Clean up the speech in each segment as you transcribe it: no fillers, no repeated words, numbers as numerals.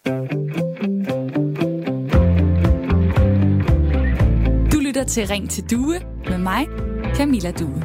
Du lytter til Ring til Due med mig, Camilla Due.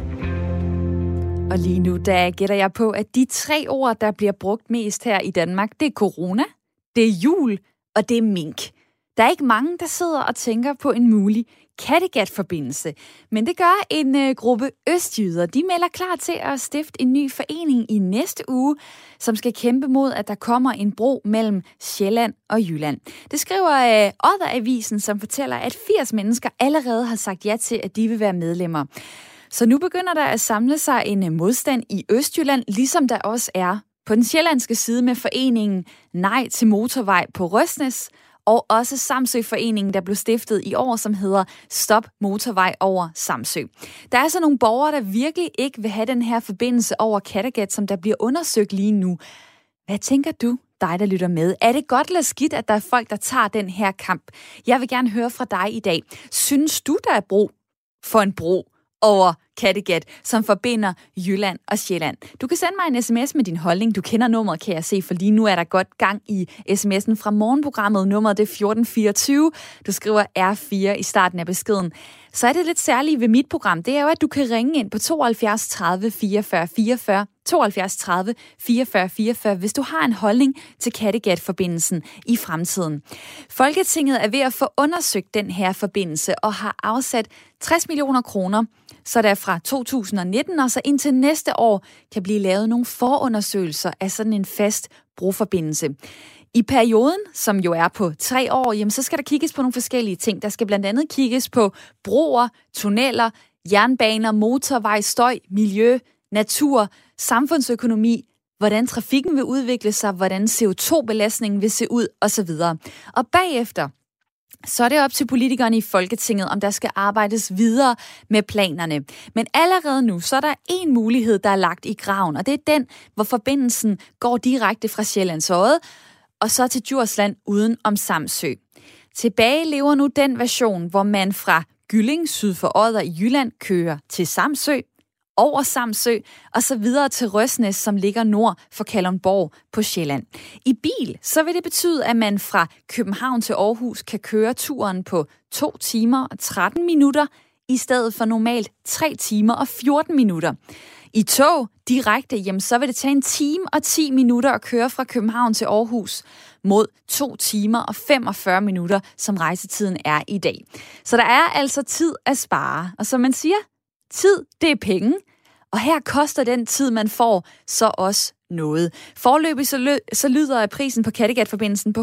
Og lige nu, der gætter jeg på, at de 3 ord, der bliver brugt mest her i Danmark, det er corona, det er jul, og det er mink. Der er ikke mange, der sidder og tænker på en mulig Kattegat-forbindelse. Men det gør en gruppe østjyder. De melder klar til at stifte en ny forening i næste uge, som skal kæmpe mod, at der kommer en bro mellem Sjælland og Jylland. Det skriver Odder-avisen, som fortæller, at 80 mennesker allerede har sagt ja til, at de vil være medlemmer. Så nu begynder der at samle sig en modstand i Østjylland, ligesom der også er på den sjællandske side med foreningen Nej til motorvej på Røsnæs, og også Samsø-foreningen, der blev stiftet i år, som hedder Stop Motorvej over Samsø. Der er altså nogle borgere, der virkelig ikke vil have den her forbindelse over Kattegat, som der bliver undersøgt lige nu. Hvad tænker du, dig der lytter med? Er det godt eller skidt, at der er folk, der tager den her kamp? Jeg vil gerne høre fra dig i dag. Synes du, der er brug for en bro over Kattegat, som forbinder Jylland og Sjælland? Du kan sende mig en sms med din holdning. Du kender nummeret, kan jeg se, for lige nu er der godt gang i sms'en fra morgenprogrammet. Nummeret det er 1424. Du skriver R4 i starten af beskeden. Så er det lidt særligt ved mit program. Det er jo, at du kan ringe ind på 72 30 44 44. 72 30 44 44, hvis du har en holdning til Kattegat-forbindelsen i fremtiden. Folketinget er ved at få undersøgt den her forbindelse og har afsat 60 millioner kroner, så der fra 2019 og så indtil næste år kan blive lavet nogle forundersøgelser af sådan en fast broforbindelse. I perioden, som jo er på 3 år, jamen, så skal der kigges på nogle forskellige ting. Der skal blandt andet kigges på broer, tunneller, jernbaner, motorvej, støj, miljø, natur, samfundsøkonomi, hvordan trafikken vil udvikle sig, hvordan CO2-belastningen vil se ud osv. Og bagefter, så er det op til politikerne i Folketinget, om der skal arbejdes videre med planerne. Men allerede nu, så er der en mulighed, der er lagt i graven, og det er den, hvor forbindelsen går direkte fra Sjællands Odde og så til Djursland uden om Samsø. Tilbage lever nu den version, hvor man fra Gylling syd for Odder i Jylland kører til Samsø, over Samsø og så videre til Røsnæs, som ligger nord for Kalundborg på Sjælland. I bil, så vil det betyde, at man fra København til Aarhus kan køre turen på 2 timer og 13 minutter, i stedet for normalt 3 timer og 14 minutter. I tog direkte, jamen, så vil det tage 1 time og 10 minutter at køre fra København til Aarhus, mod 2 timer og 45 minutter, som rejsetiden er i dag. Så der er altså tid at spare. Og som man siger, tid, det er penge, og her koster den tid, man får, så også noget. Foreløbig så lyder prisen på Kattegat-forbindelsen på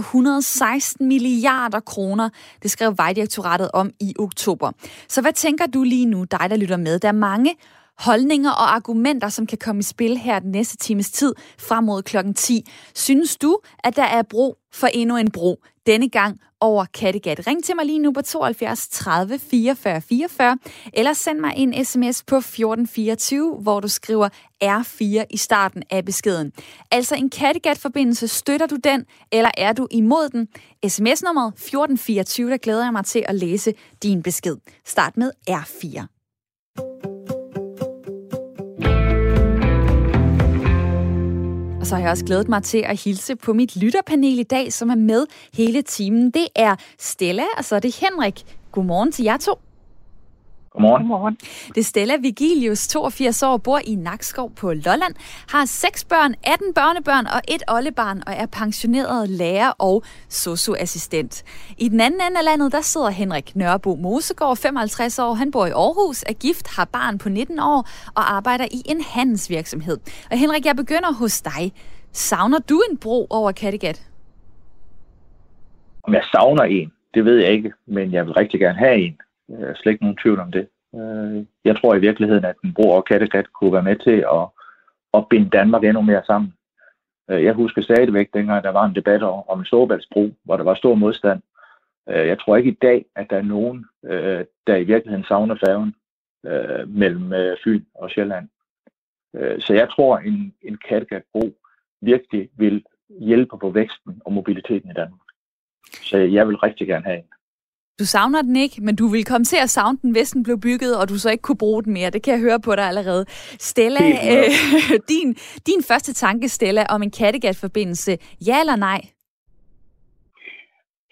116 milliarder kroner. Det skrev Vejdirektoratet om i oktober. Så hvad tænker du lige nu, dig der lytter med? Der er mange holdninger og argumenter, som kan komme i spil her den næste times tid frem mod klokken 10. Synes du, at der er brug for endnu en bro? Denne gang over Kattegat. Ring til mig lige nu på 72 30 44 44, eller send mig en sms på 1424, hvor du skriver R4 i starten af beskeden. Altså en Kattegat-forbindelse, støtter du den, eller er du imod den? SMS-nummeret 1424, der glæder jeg mig til at læse din besked. Start med R4. Og så har jeg også glædet mig til at hilse på mit lytterpanel i dag, som er med hele timen. Det er Stella, og så er det Henrik. Godmorgen til jer to. Godmorgen. Godmorgen. Det er Stella Vigilius, 82 år, bor i Nakskov på Lolland, har 6 børn, 18 børnebørn og 1 oldebarn, og er pensioneret lærer og sosu-assistent. I den anden ende af landet, der sidder Henrik Nørrebo Mosegaard, 55 år. Han bor i Aarhus, er gift, har barn på 19 år og arbejder i en handelsvirksomhed. Og Henrik, jeg begynder hos dig. Savner du en bro over Kattegat? Om jeg savner en, det ved jeg ikke, men jeg vil rigtig gerne have en. Slet ikke nogen tvivl om det. Jeg tror i virkeligheden, at en bro over Kattegat kunne være med til at binde Danmark endnu mere sammen. Jeg husker stadigvæk, dengang der var en debat om en Storebæltsbro, hvor der var stor modstand. Jeg tror ikke i dag, at der er nogen, der i virkeligheden savner færgen mellem Fyn og Sjælland. Så jeg tror, en Kattegat-bro virkelig vil hjælpe på væksten og mobiliteten i Danmark. Så jeg vil rigtig gerne have en. Du savner den ikke, men du vil komme til at savne den, hvis den blev bygget, og du så ikke kunne bruge den mere. Det kan jeg høre på dig allerede. Stella, din første tanke, Stella, om en Kattegat-forbindelse, ja eller nej?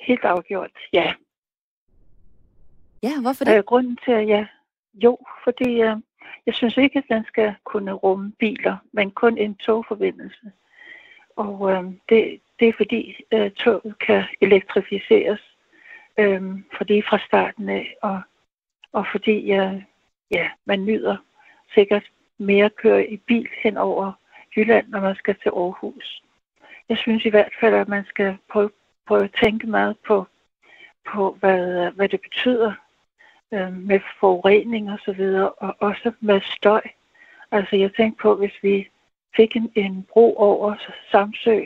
helt afgjort, ja. Ja, hvorfor det? Grunden til, at fordi jeg synes ikke, at den skal kunne rumme biler, men kun en togforbindelse. Og det er fordi toget kan elektrificeres, fordi fra starten af, og fordi man nyder sikkert mere at køre i bil hen over Jylland, når man skal til Aarhus. Jeg synes i hvert fald, at man skal prøve at tænke meget på hvad det betyder med forurening og så videre, og også med støj. Altså jeg tænkte på, hvis vi fik en bro over Samsø,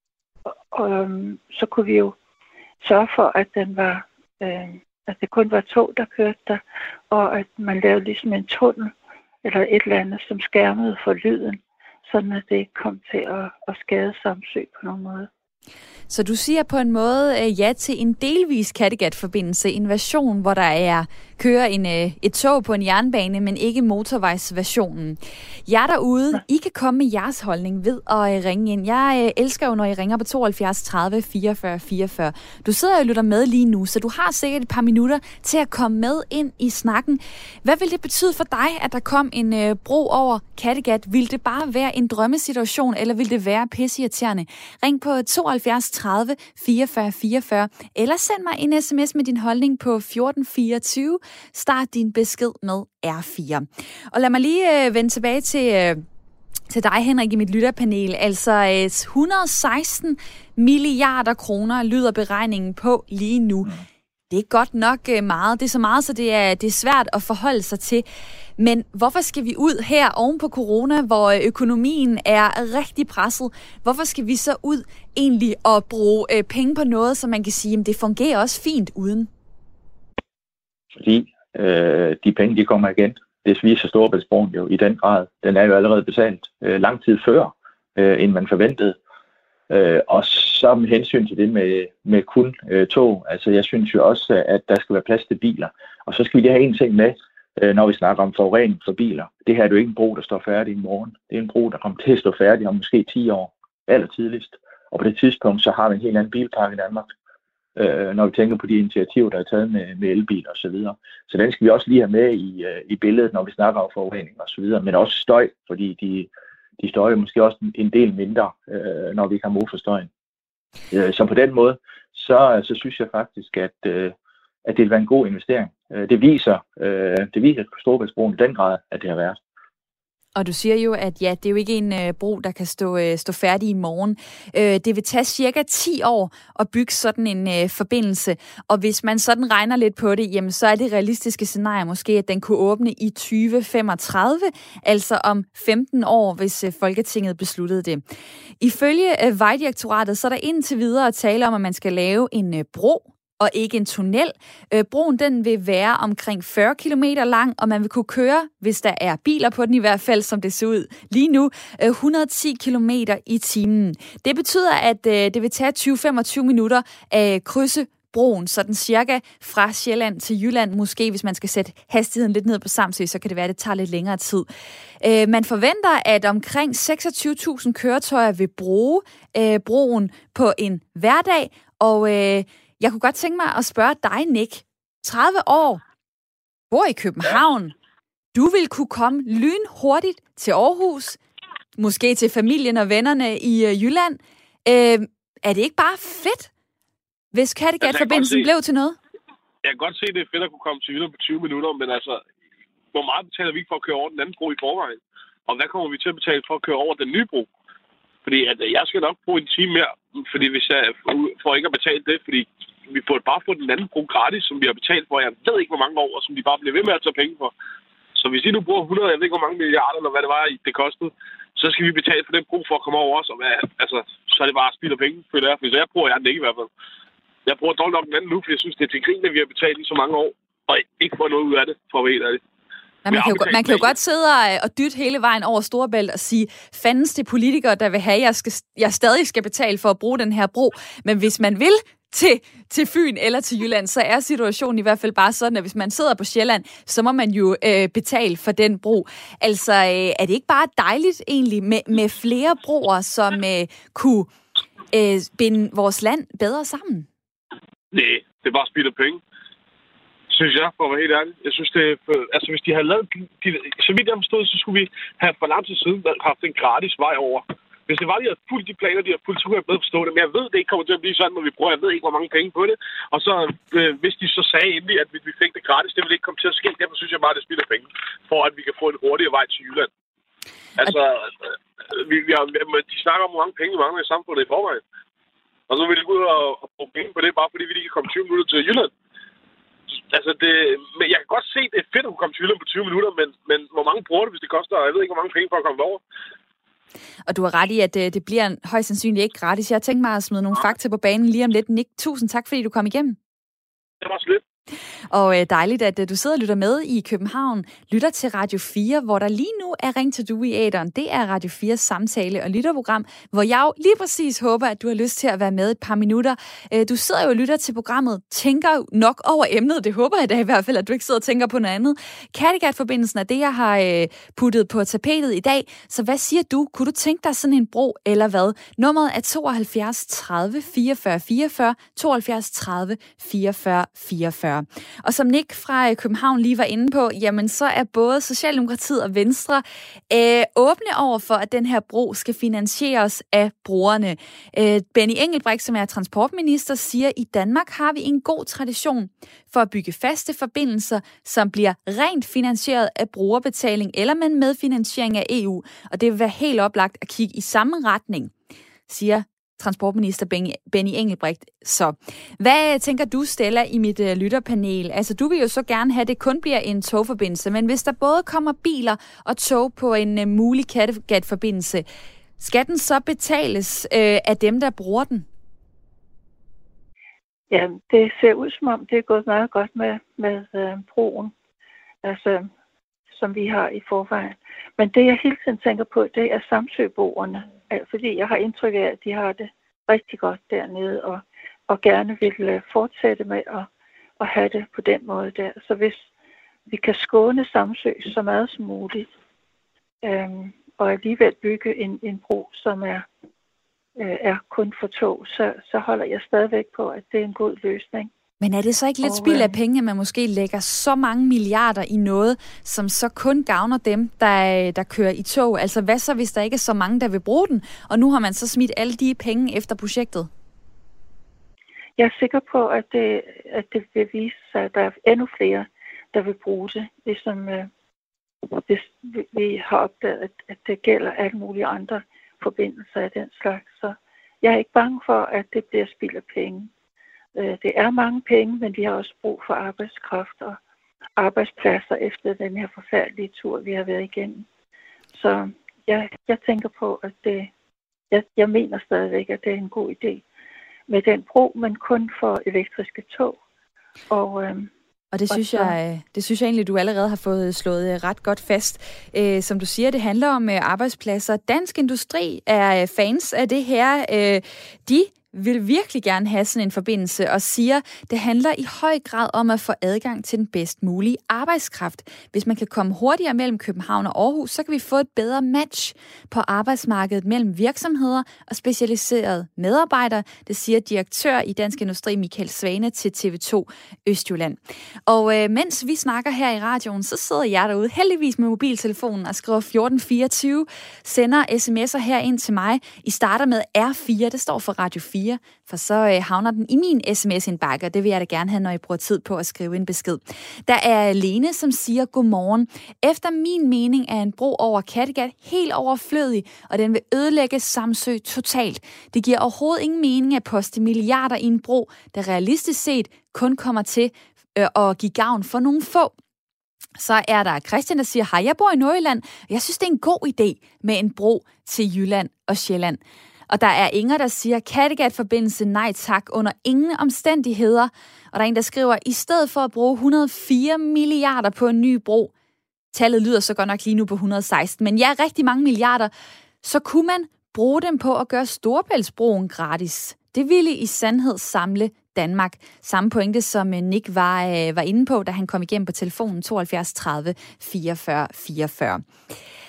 så kunne vi jo sørge for, at den var, at det kun var tog, der kørte der, og at man lavede ligesom en tunnel eller et eller andet, som skærmede for lyden, sådan at det ikke kom til at skade Samsø på nogen måde. Så du siger på en måde ja til en delvis Kattegat-forbindelse, en version, hvor der kører et tog på en jernbane, men ikke motorvejsversionen. Jer derude, I kan komme med jeres holdning ved at ringe ind. Jeg elsker jo, når I ringer på 72 30 44 44. Du sidder og lytter med lige nu, så du har sikkert et par minutter til at komme med ind i snakken. Hvad vil det betyde for dig, at der kom en bro over Kattegat? Vil det bare være en drømmesituation, eller vil det være pisseirriterende? Ring på 72 30 44 44, eller send mig en sms med din holdning på 1424. Start din besked med R4. Og lad mig lige vende tilbage til dig, Henrik, i mit lytterpanel. Altså 116 milliarder kroner lyder beregningen på lige nu. Det er godt nok meget. Det er så meget, så det er svært at forholde sig til. Men hvorfor skal vi ud her oven på corona, hvor økonomien er rigtig presset? Hvorfor skal vi så ud egentlig og bruge penge på noget, som man kan sige, at det fungerer også fint uden? Fordi de penge, de kommer igen. Det viser Storebæltsbroen jo i den grad. Den er jo allerede betalt lang tid før, end man forventede. Og så med hensyn til det med kun tog, altså jeg synes jo også, at der skal være plads til biler. Og så skal vi lige have en ting med, når vi snakker om forurening for biler. Det her er jo ikke en bro, der står færdig i morgen. Det er en bro, der kommer til at stå færdig om måske 10 år, aller tidligst. Og på det tidspunkt, så har vi en helt anden bilpark i Danmark, når vi tænker på de initiativer, der er taget med elbiler og så videre. Så den skal vi også lige have med i billedet, når vi snakker om forurening og så videre. Men også støj, fordi de støjer måske også en del mindre, når vi ikke har motorstøjen. Så på den måde, så synes jeg faktisk, at det vil være en god investering. Det viser Storebæltsbroen i den grad, at det har været. Og du siger jo, at ja, det er jo ikke en bro, der kan stå færdig i morgen. Det vil tage cirka 10 år at bygge sådan en forbindelse. Og hvis man sådan regner lidt på det, jamen, så er det realistiske scenarie måske, at den kunne åbne i 2035, altså om 15 år, hvis Folketinget besluttede det. Ifølge Vejdirektoratet, så er der indtil videre at tale om, at man skal lave en bro, og ikke en tunnel. Broen den vil være omkring 40 km lang, og man vil kunne køre, hvis der er biler på den i hvert fald, som det ser ud lige nu, 110 km i timen. Det betyder, at det vil tage 20-25 minutter at krydse broen, sådan cirka fra Sjælland til Jylland. Måske, hvis man skal sætte hastigheden lidt ned på Samsø, så kan det være, at det tager lidt længere tid. Man forventer, at omkring 26.000 køretøjer vil bruge broen på en hverdag, og jeg kunne godt tænke mig at spørge dig, Nick. 30 år, bor i København. Ja. Du vil kunne komme lynhurtigt til Aarhus, måske til familien og vennerne i Jylland. Er det ikke bare fedt, hvis Kattegat-forbindelsen blev til noget? Jeg kan godt se, at det er fedt at kunne komme til Jylland på 20 minutter, men altså, hvor meget betaler vi ikke for at køre over den anden bro i forvejen? Og hvad kommer vi til at betale for at køre over den nye bro? Fordi at jeg skal nok bruge en time mere, fordi hvis jeg får ikke at betale det, fordi vi får bare få den anden bro gratis, som vi har betalt for, jeg ved ikke, hvor mange år, og som de bare bliver ved med at tage penge for. Så hvis I nu bruger 100, jeg ved ikke, hvor mange milliarder, eller hvad det var, det kostede, så skal vi betale for den bro for at komme over os, og så er det bare spild af penge, føler jeg. Så jeg bruger den ikke i hvert fald. Jeg bruger dog nok den anden nu, fordi jeg synes, det er til grin, at vi har betalt i så mange år, og ikke får noget ud af det, for at være helt ærligt. Man kan jo godt sidde og dytte hele vejen over Storebælt og sige, fandens det politikere, der vil have, jeg stadig skal betale for at bruge den her bro. Men hvis man vil til Fyn eller til Jylland, så er situationen i hvert fald bare sådan, at hvis man sidder på Sjælland, så må man jo betale for den bro. Altså, er det ikke bare dejligt egentlig med flere broer, som kunne binde vores land bedre sammen? Nej, det er bare spild af penge. Synes jeg, for at være helt ærlig. Jeg synes, det er... Altså, hvis de havde lavet... Så vidt jeg forstod, så skulle vi have for lang tid siden haft en gratis vej over. Hvis det var, de havde fulgt de planer, de havde fulgt, så kunne jeg bedre forstå det. Men jeg ved, det ikke kommer til at blive sådan, når vi bruger. Jeg ved ikke, hvor mange penge på det. Og så, hvis de så sagde endelig, at vi fik det gratis, det ville ikke komme til at ske. Derfor synes jeg bare, det spilder penge, for at vi kan få en hurtigere vej til Jylland. Altså, de snakker om, hvor mange penge vi mangler i samfundet i forvejen. Og så vil de gå ud og bruge penge på det, bare fordi vi ikke kan komme 20 minutter til Jylland. Altså, men jeg kan godt se, det er fedt at kunne komme til Jylland på 20 minutter, men hvor mange bruger det, hvis det koster? Jeg ved ikke, hvor mange penge for at komme over. Og du har ret i, at det bliver højst sandsynligt ikke gratis. Jeg har tænkt mig at smide nogle fakta på banen lige om lidt. Nick, tusind tak, fordi du kom igennem. Det var så lidt. Og dejligt, at du sidder og lytter med i København. Lytter til Radio 4, hvor der lige nu er Ring til Due i æteren. Det er Radio 4's samtale- og lytterprogram, hvor jeg jo lige præcis håber, at du har lyst til at være med et par minutter. Du sidder jo og lytter til programmet, tænker nok over emnet. Det håber jeg da i hvert fald, at du ikke sidder og tænker på noget andet. Kattegat-forbindelsen er det, jeg har puttet på tapetet i dag. Så hvad siger du? Kunne du tænke dig sådan en bro, eller hvad? Nummeret er 72 30 44 44, 72 30 44 44. Og som Nick fra København lige var inde på, jamen så er både Socialdemokratiet og Venstre åbne over for, at den her bro skal finansieres af brugerne. Benny Engelbrecht, som er transportminister, siger, at i Danmark har vi en god tradition for at bygge faste forbindelser, som bliver rent finansieret af brugerbetaling eller med medfinansiering af EU. Og det vil være helt oplagt at kigge i samme retning, siger transportminister Benny Engelbrecht. Så hvad tænker du, Stella, i mit lytterpanel? Altså, du vil jo så gerne have, at det kun bliver en togforbindelse, men hvis der både kommer biler og tog på en mulig Kattegat-forbindelse, skal den så betales af dem, der bruger den? Ja, det ser ud som om, det er gået meget godt med broen, altså, som vi har i forvejen. Men det, jeg hele tiden tænker på, det er Samsøboerne. Fordi jeg har indtryk af, at de har det rigtig godt dernede, og gerne vil fortsætte med at have det på den måde der. Så hvis vi kan skåne Samsø så meget som muligt, og alligevel bygge en bro, som er kun for tog, så holder jeg stadigvæk på, at det er en god løsning. Men er det så ikke lidt spild af penge, at man måske lægger så mange milliarder i noget, som så kun gavner dem, der kører i tog? Altså hvad så, hvis der ikke er så mange, der vil bruge den, og nu har man så smidt alle de penge efter projektet? Jeg er sikker på, at det vil vise sig, at der er endnu flere, der vil bruge det, ligesom hvis vi har opdaget, at det gælder alle mulige andre forbindelser af den slags. Så jeg er ikke bange for, at det bliver spild af penge. Det er mange penge, men vi har også brug for arbejdskraft og arbejdspladser efter den her forfærdelige tur, vi har været igennem. Så jeg tænker på, at jeg mener stadigvæk, at det er en god idé med den bro, men kun for elektriske tog. Og det synes jeg egentlig, du allerede har fået slået ret godt fast. Som du siger, det handler om arbejdspladser. Dansk Industri er fans af det her. De vil virkelig gerne have sådan en forbindelse og siger, det handler i høj grad om at få adgang til den bedst mulige arbejdskraft. Hvis man kan komme hurtigere mellem København og Aarhus, så kan vi få et bedre match på arbejdsmarkedet mellem virksomheder og specialiserede medarbejdere. Det siger direktør i Dansk Industri Michael Svane til TV2 Østjylland. Og mens vi snakker her i radioen, så sidder jeg derude heldigvis med mobiltelefonen og skriver 1424, sender sms'er her ind til mig. I starter med R4, det står for Radio 4. For så havner den i min sms-indbakke, og det vil jeg da gerne have, når I bruger tid på at skrive en besked. Der er Lene, som siger godmorgen. Efter min mening er en bro over Kattegat helt overflødig, og den vil ødelægge Samsø totalt. Det giver overhovedet ingen mening at poste milliarder i en bro, der realistisk set kun kommer til at give gavn for nogle få. Så er der Christian, der siger, hej, jeg bor i Nordjylland, og jeg synes, det er en god idé med en bro til Jylland og Sjælland. Og der er Inger, der siger, Kattegat-forbindelse, nej tak, under ingen omstændigheder. Og der er en, der skriver, i stedet for at bruge 104 milliarder på en ny bro, tallet lyder så godt nok lige nu på 116, men ja, rigtig mange milliarder, så kunne man bruge dem på at gøre Storebæltsbroen gratis. Det ville i sandhed samle Danmark. Samme pointe, som Nick var inde på, da han kom igennem på telefonen 72 30 44 44.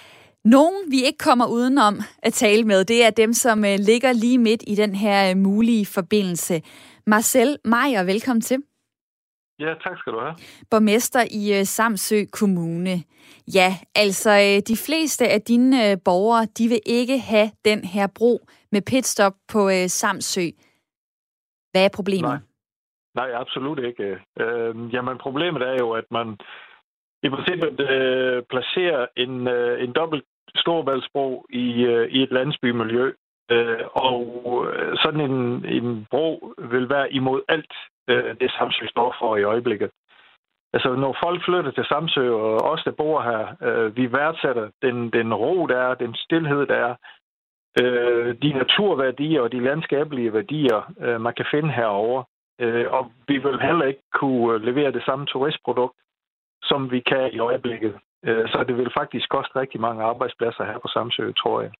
Nogen, vi ikke kommer udenom at tale med, det er dem, som ligger lige midt i den her mulige forbindelse. Marcel Meyer, velkommen til. Ja, tak skal du have. Borgmester i Samsø Kommune. Ja, altså de fleste af dine borgere, de vil ikke have den her bro med pitstop på Samsø. Hvad er problemet? Nej, absolut ikke. Jamen, problemet er jo, at man i princippet placerer en dobbelt storebæltsbro i et landsbymiljø. Og sådan en bro vil være imod alt det Samsø står for i øjeblikket. Altså, når folk flytter til Samsø, og os, der bor her, vi værdsætter den ro, der er, den stilhed, der er, de naturværdier og de landskabelige værdier, man kan finde herover. Og vi vil heller ikke kunne levere det samme turistprodukt, som vi kan i øjeblikket. Så det vil faktisk koste rigtig mange arbejdspladser her på Samsø, tror jeg.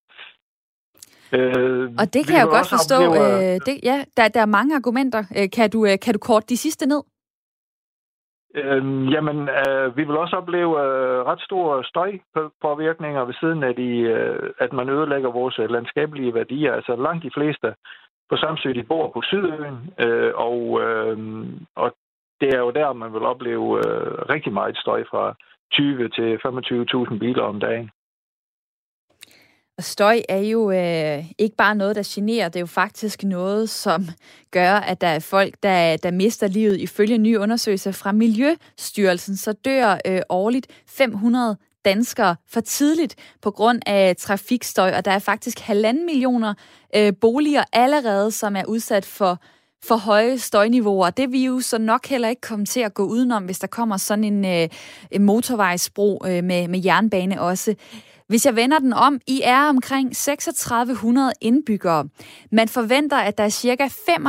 Og det kan jeg jo godt forstå. Der er mange argumenter. Kan du korte de sidste ned? Vi vil også opleve ret store støjpåvirkninger ved siden af at man ødelægger vores landskabelige værdier. Altså langt de fleste på Samsø, de bor på Sydøen, og det er jo der, man vil opleve rigtig meget støj fra 20 til 25.000 biler om dagen. Og støj er jo ikke bare noget, der generer. Det er jo faktisk noget, som gør, at der er folk, der mister livet. Ifølge nye undersøgelser fra Miljøstyrelsen, så dør årligt 500 danskere for tidligt på grund af trafikstøj. Og der er faktisk 1,5 millioner boliger allerede, som er udsat for høje støjniveauer. Det vil jo så nok heller ikke komme til at gå udenom, hvis der kommer sådan en motorvejsbro med jernbane også. Hvis jeg vender den om, I er omkring 3600 indbyggere. Man forventer, at der er cirka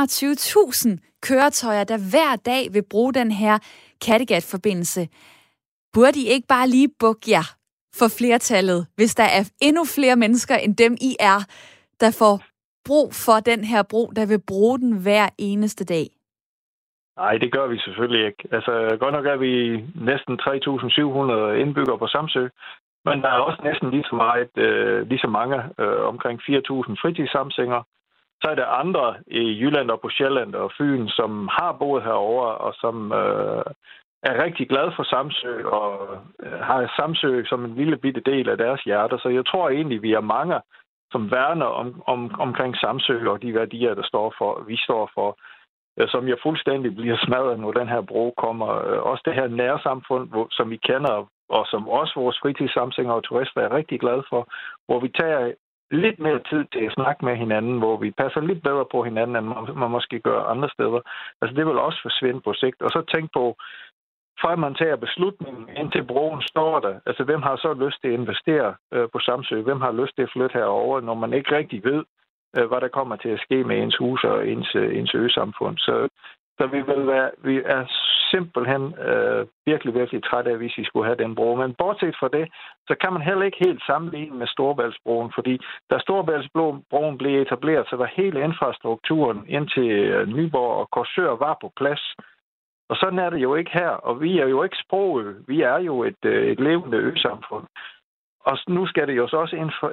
25.000 køretøjer, der hver dag vil bruge den her Kattegat-forbindelse. Burde I ikke bare lige bukke jer for flertallet, hvis der er endnu flere mennesker end dem, I er, der får brug for den her bro, der vil bruge den hver eneste dag? Nej, det gør vi selvfølgelig ikke. Altså, godt nok er vi næsten 3.700 indbyggere på Samsø, men der er også næsten lige så mange, omkring 4.000 fritidssamsingere. Så er der andre i Jylland og på Sjælland og Fyn, som har boet herover og som er rigtig glade for Samsø og har Samsø som en lille bitte del af deres hjerter. Så jeg tror egentlig, vi er mange, som værner omkring Samsø og de værdier, vi står for, som jeg fuldstændig bliver smadret, når den her bro kommer. Også det her nærsamfund, som vi kender, og som også vores fritidssamsingere og turister er rigtig glade for, hvor vi tager lidt mere tid til at snakke med hinanden, hvor vi passer lidt bedre på hinanden, end man måske gør andre steder. Altså det vil også forsvinde på sigt. Og så tænk på, fra man tager beslutningen, indtil broen står der. Altså hvem har så lyst til at investere på Samsø? Hvem har lyst til at flytte herover, når man ikke rigtig ved, hvad der kommer til at ske med ens hus og ens øsamfund? Så vi er simpelthen virkelig, virkelig trætte af, hvis vi skulle have den bro. Men bortset fra det, så kan man heller ikke helt sammenligne med Storebæltsbroen, fordi da Storebæltsbroen blev etableret, så var hele infrastrukturen ind til Nyborg og Korsør var på plads. Og sådan er det jo ikke her, og vi er jo ikke sprogø. Vi er jo et levende øsamfund. Og nu skal det jo så også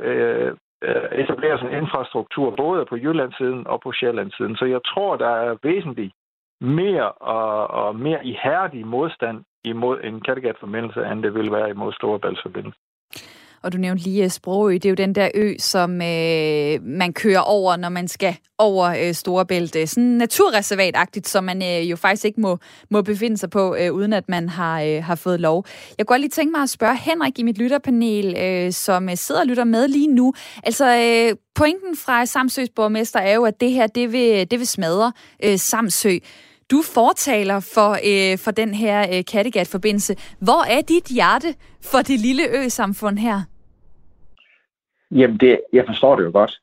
etableres en infrastruktur, både på Jyllandssiden og på Sjællandssiden. Så jeg tror, der er væsentligt mere og mere ihærdig modstand imod en Kattegat-forbindelse, end det vil være imod Storebæltsforbindelse. Og du nævnte lige Sprogø, det er jo den der ø, som man kører over, når man skal over Storebælt. Sådan naturreservatagtigt, som man jo faktisk ikke må befinde sig på, uden at man har fået lov. Jeg kunne godt lige tænke mig at spørge Henrik i mit lytterpanel, som sidder og lytter med lige nu. Altså, pointen fra Samsøs borgmester er jo, at det her, det vil smadre Samsø. Du fortaler for den her Kattegat-forbindelse. Hvor er dit hjerte for det lille øsamfund her? Jamen, jeg forstår det jo godt.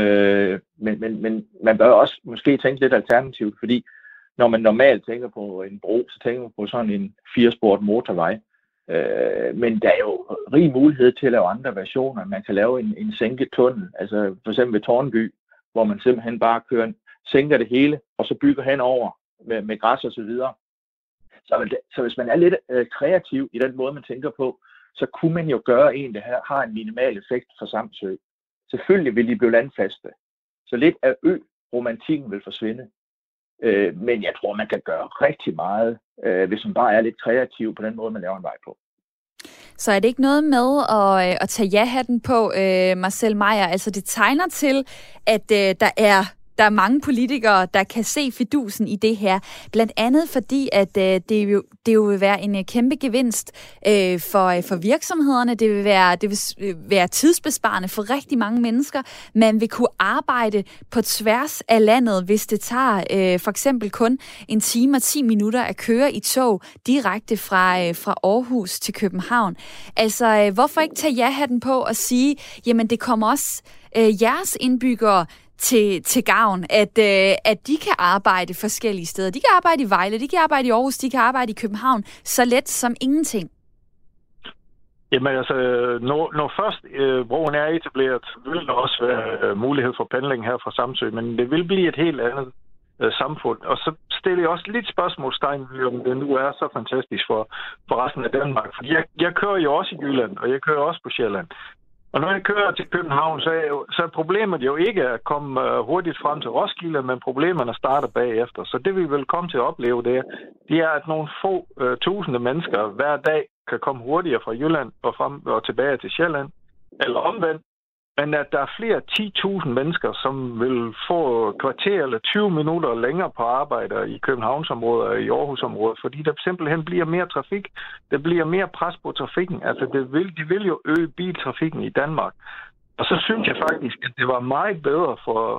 Men man bør også måske tænke lidt alternativt, fordi når man normalt tænker på en bro, så tænker man på sådan en 4-sporet motorvej. Men der er jo rig mulighed til at lave andre versioner. Man kan lave en sænket tunnel, altså for eksempel ved Tårnby, hvor man simpelthen bare sænker det hele, og så bygger henover med græs og så videre. Så hvis man er lidt kreativ i den måde, man tænker på, så kunne man jo gøre en, der har en minimal effekt for Samsø. Selvfølgelig vil de blive landfaste, så lidt af romantikken vil forsvinde. Men jeg tror, man kan gøre rigtig meget, hvis man bare er lidt kreativ på den måde, man laver en vej på. Så er det ikke noget med at tage ja-hatten på, Marcel Meier? Altså det tegner til, at der er mange politikere, der kan se fidusen i det her. Blandt andet fordi, at det jo vil være en kæmpe gevinst for virksomhederne. Det vil være tidsbesparende for rigtig mange mennesker. Man vil kunne arbejde på tværs af landet, hvis det tager for eksempel kun 1 time og 10 minutter at køre i tog direkte fra Aarhus til København. Altså, hvorfor ikke tage ja-hatten på og sige, jamen det kommer også jeres indbyggere til gavn, at de kan arbejde forskellige steder. De kan arbejde i Vejle, de kan arbejde i Aarhus, de kan arbejde i København, så let som ingenting. Jamen altså, når først broen er etableret, vil der også være mulighed for pendling her fra Samsø, men det vil blive et helt andet samfund. Og så stiller jeg også lidt spørgsmålstegn, om det nu er så fantastisk for resten af Danmark. Fordi jeg kører jo også i Jylland, og jeg kører også på Sjælland. Og når jeg kører til København, så er problemet jo ikke at komme hurtigt frem til Roskilde, men problemerne starter bagefter. Så det vi vil komme til at opleve, det er, at nogle få tusinde mennesker hver dag kan komme hurtigere fra Jylland og frem og tilbage til Sjælland, eller omvendt. Men at der er flere 10.000 mennesker, som vil få kvarter eller 20 minutter længere på arbejde i Københavnsområdet og i Aarhusområdet, fordi der simpelthen bliver mere trafik. Der bliver mere pres på trafikken. Altså, de vil jo øge biltrafikken i Danmark. Og så synes jeg faktisk, at det var meget bedre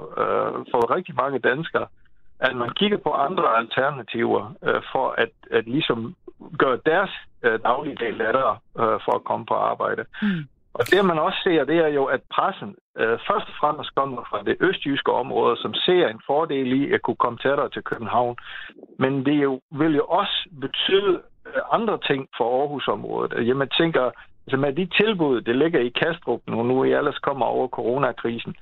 for rigtig mange danskere, at man kigger på andre alternativer for at ligesom gøre deres dagligdag lettere for at komme på arbejde. Og det, man også ser, det er jo, at pressen først og fremmest kommer fra det østjyske område, som ser en fordel i at kunne komme tættere til København. Men det vil jo også betyde andre ting for Aarhusområdet. Jamen, jeg tænker, altså med de tilbud, det ligger i Kastrup, nu I ellers kommer over coronakrisen,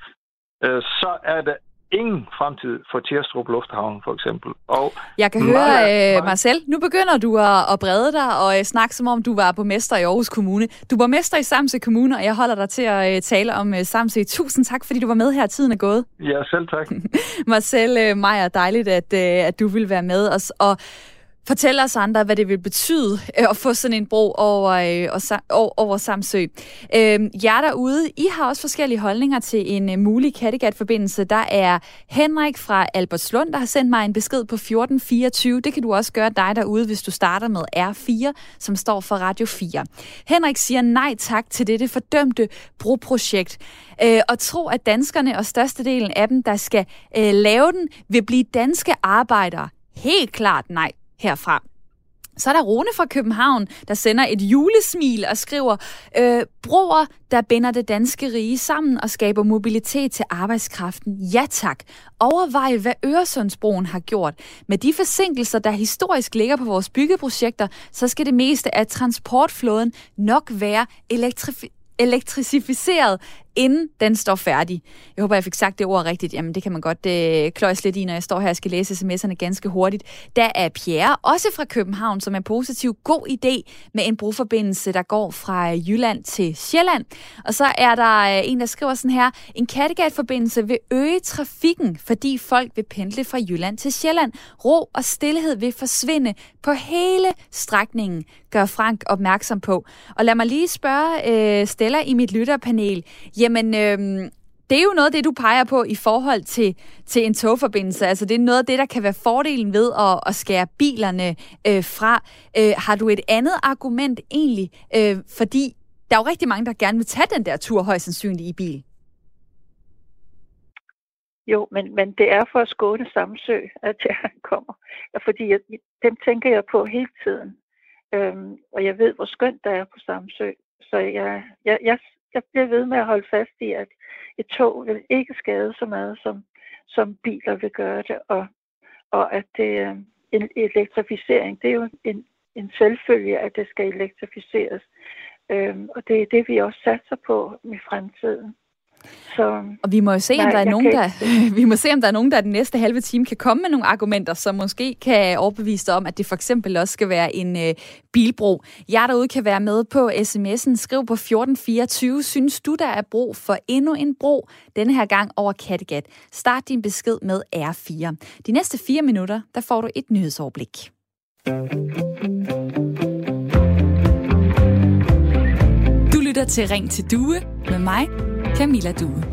så er der ingen fremtid for Tirstrup Lufthavn, for eksempel. Og jeg kan høre, Marcel, nu begynder du at brede dig og snakke, som om du var borgmester i Aarhus Kommune. Du er borgmester i Samsø Kommune, og jeg holder dig til at tale om Samsø. Tusind tak, fordi du var med her. Tiden er gået. Ja, selv tak. Marcel Meier, dejligt, at du vil være med os. Og fortæl os andre, hvad det vil betyde at få sådan en bro over Samsø. Jer derude, I har også forskellige holdninger til en mulig Kattegat-forbindelse. Der er Henrik fra Albertslund, der har sendt mig en besked på 1424. Det kan du også gøre dig derude, hvis du starter med R4, som står for Radio 4. Henrik siger nej tak til dette fordømte broprojekt. Og tro, at danskerne og størstedelen af dem, der skal lave den, vil blive danske arbejdere. Helt klart nej herfra. Så er der Rune fra København, der sender et julesmil og skriver, broer, der binder det danske rige sammen og skaber mobilitet til arbejdskraften. Ja tak. Overvej, hvad Øresundsbroen har gjort. Med de forsinkelser, der historisk ligger på vores byggeprojekter, så skal det meste af transportflåden nok være elektrificeret, inden den står færdig. Jeg håber, jeg fik sagt det ord rigtigt. Jamen, det kan man godt kløjse lidt i, når jeg står her og skal læse sms'erne ganske hurtigt. Der er Pierre, også fra København, som er positiv. God idé med en broforbindelse, der går fra Jylland til Sjælland. Og så er der en, der skriver sådan her, en Kattegat-forbindelse vil øge trafikken, fordi folk vil pendle fra Jylland til Sjælland. Ro og stillhed vil forsvinde på hele strækningen, gør Frank opmærksom på. Og lad mig lige spørge Stella i mit lytterpanel. Jamen, det er jo noget af det, du peger på i forhold til en togforbindelse. Altså, det er noget af det, der kan være fordelen ved at skære bilerne fra. Har du et andet argument egentlig? Fordi der er jo rigtig mange, der gerne vil tage den der tur højst sandsynligt i bil. Jo, men det er for at skåne Samsø, at jeg kommer. Fordi dem tænker jeg på hele tiden. Og jeg ved, hvor skønt der er på Samsø. Så jeg bliver ved med at holde fast i, at et tog vil ikke skade så meget, som biler vil gøre det. Og at en elektrificering, det er jo en selvfølge, at det skal elektrificeres. Og det er det, vi også satser på i fremtiden. Og vi må jo se, om der er nogen, der den næste halve time kan komme med nogle argumenter, som måske kan overbevise dig om, at det for eksempel også skal være en bilbro. Jeg derude kan være med på sms'en. Skriv på 1424. Synes du, der er brug for endnu en bro? Denne her gang over Kattegat. Start din besked med R4. De næste 4 minutter, der får du et nyhedsoverblik. Du lytter til Ring til Due med mig, Camilla Due.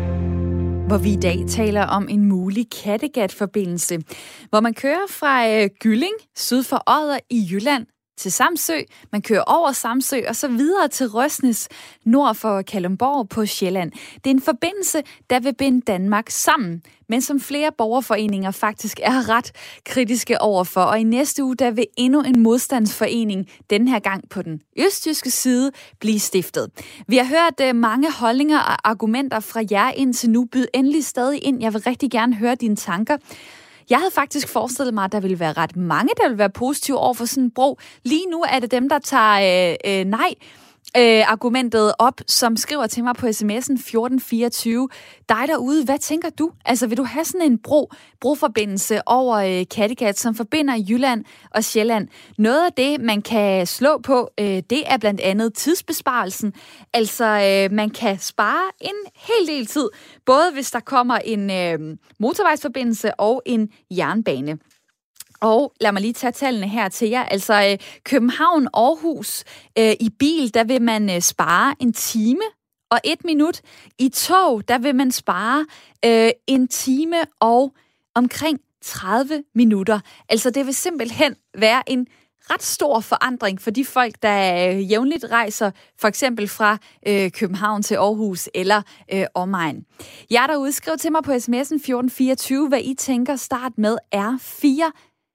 Hvor vi i dag taler om en mulig Kattegat-forbindelse, hvor man kører fra Gylling syd for Odder i Jylland til Samsø. Man kører over Samsø og så videre til Røsnes nord for Kalundborg på Sjælland. Det er en forbindelse, der vil binde Danmark sammen, men som flere borgerforeninger faktisk er ret kritiske overfor. Og i næste uge, der vil endnu en modstandsforening, den her gang på den østjyske side, blive stiftet. Vi har hørt mange holdninger og argumenter fra jer indtil nu. Byd endelig stadig ind. Jeg vil rigtig gerne høre dine tanker. Jeg havde faktisk forestillet mig, at der ville være ret mange, der ville være positive over for sådan en bro. Lige nu er det dem, der tager nej-argumentet op, som skriver til mig på sms'en 1424. Dig derude, hvad tænker du? Altså, vil du have sådan en broforbindelse over Kattegat, som forbinder Jylland og Sjælland? Noget af det, man kan slå på, det er blandt andet tidsbesparelsen. Altså, man kan spare en hel del tid, både hvis der kommer en motorvejsforbindelse og en jernbane. Og lad mig lige tage tallene her til jer. Altså København-Aarhus i bil, der vil man spare 1 time og 1 minut. I tog, der vil man spare 1 time og omkring 30 minutter. Altså det vil simpelthen være en ret stor forandring for de folk, der jævnligt rejser for eksempel fra København til Aarhus eller omegn. Jeg derude, skriv til mig på sms'en 1424, hvad I tænker. Start med R4.